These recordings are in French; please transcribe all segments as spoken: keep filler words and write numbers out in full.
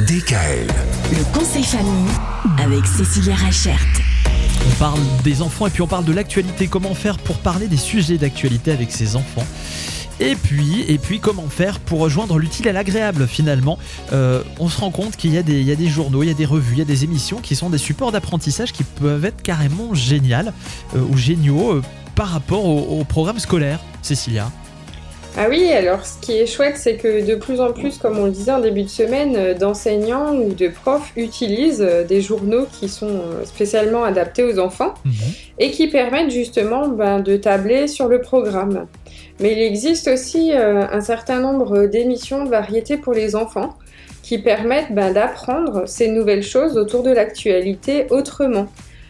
D K L. Le conseil famille avec Cécilia Rachert. On parle des enfants et puis on parle de l'actualité. Comment faire pour parler des sujets d'actualité avec ses enfants ? Et puis, et puis comment faire pour rejoindre l'utile à l'agréable finalement. euh, On se rend compte qu'il y a, des, il y a des journaux, il y a des revues, il y a des émissions qui sont des supports d'apprentissage qui peuvent être carrément géniaux euh, ou géniaux euh, par rapport au, au programme scolaire. Cécilia ? Ah oui, alors ce qui est chouette, c'est que de plus en plus, comme on le disait en début de semaine, d'enseignants ou de profs utilisent des journaux qui sont spécialement adaptés aux enfants mmh. et qui permettent justement ben, de tabler sur le programme. Mais il existe aussi euh, un certain nombre d'émissions de variétés pour les enfants qui permettent ben, d'apprendre ces nouvelles choses autour de l'actualité autrement.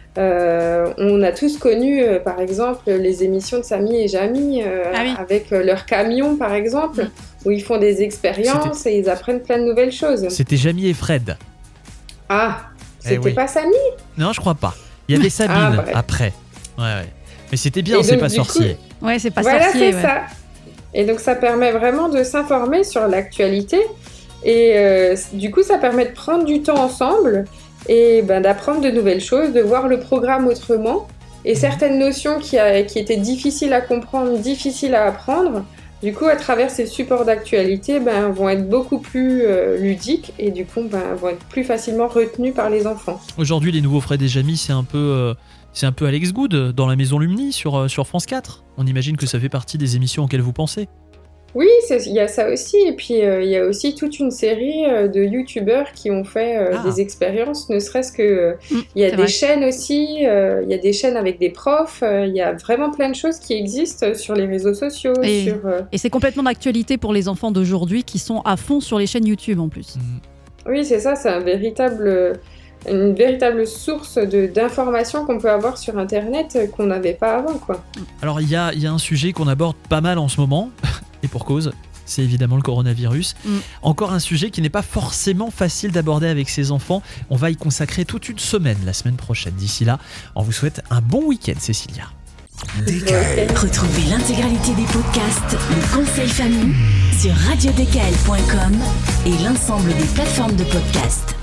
Euh, on a tous connu euh, par exemple les émissions de Samy et Jamy euh, ah oui. avec euh, leur camion par exemple mmh. où ils font des expériences c'était... et ils apprennent plein de nouvelles choses. C'était Jamy et Fred. Ah, c'était eh oui. pas Samy ? Non, je crois pas. Il y avait Sabine ah, après. Ouais, ouais. Mais c'était bien, et c'est donc, pas sorcier. Coup... Ouais, c'est pas voilà, sorcier. Voilà, c'est ouais. ça. Et donc ça permet vraiment de s'informer sur l'actualité et euh, du coup ça permet de prendre du temps ensemble et ben, d'apprendre de nouvelles choses, de voir le programme autrement, et certaines notions qui, a, qui étaient difficiles à comprendre, difficiles à apprendre, du coup, à travers ces supports d'actualité, ben, vont être beaucoup plus euh, ludiques, et du coup, ben, vont être plus facilement retenus par les enfants. Aujourd'hui, les nouveaux Fred et Jamy, c'est un peu... Euh... C'est un peu Alex Good dans la Maison Lumni sur, sur France quatre. On imagine que ça fait partie des émissions auxquelles vous pensez. Oui, il y a ça aussi. Et puis, il euh, y a aussi toute une série euh, de youtubeurs qui ont fait euh, ah. des expériences, ne serait-ce que... Euh, il mmh, y a des vrai. chaînes aussi, il euh, y a des chaînes avec des profs. Il euh, y a vraiment plein de choses qui existent sur les réseaux sociaux. Et, sur, euh... et c'est complètement d'actualité pour les enfants d'aujourd'hui qui sont à fond sur les chaînes YouTube en plus. Mmh. Oui, c'est ça, c'est un véritable... une véritable source de, d'informations qu'on peut avoir sur Internet qu'on n'avait pas avant, quoi. Alors, il y a, y a un sujet qu'on aborde pas mal en ce moment, et pour cause, c'est évidemment le coronavirus. Mm. Encore un sujet qui n'est pas forcément facile d'aborder avec ses enfants. On va y consacrer toute une semaine la semaine prochaine. D'ici là, on vous souhaite un bon week-end, Cécilia. D K L. Retrouvez l'intégralité des podcasts Le Conseil Famille sur radio d k l point com et l'ensemble des plateformes de podcasts.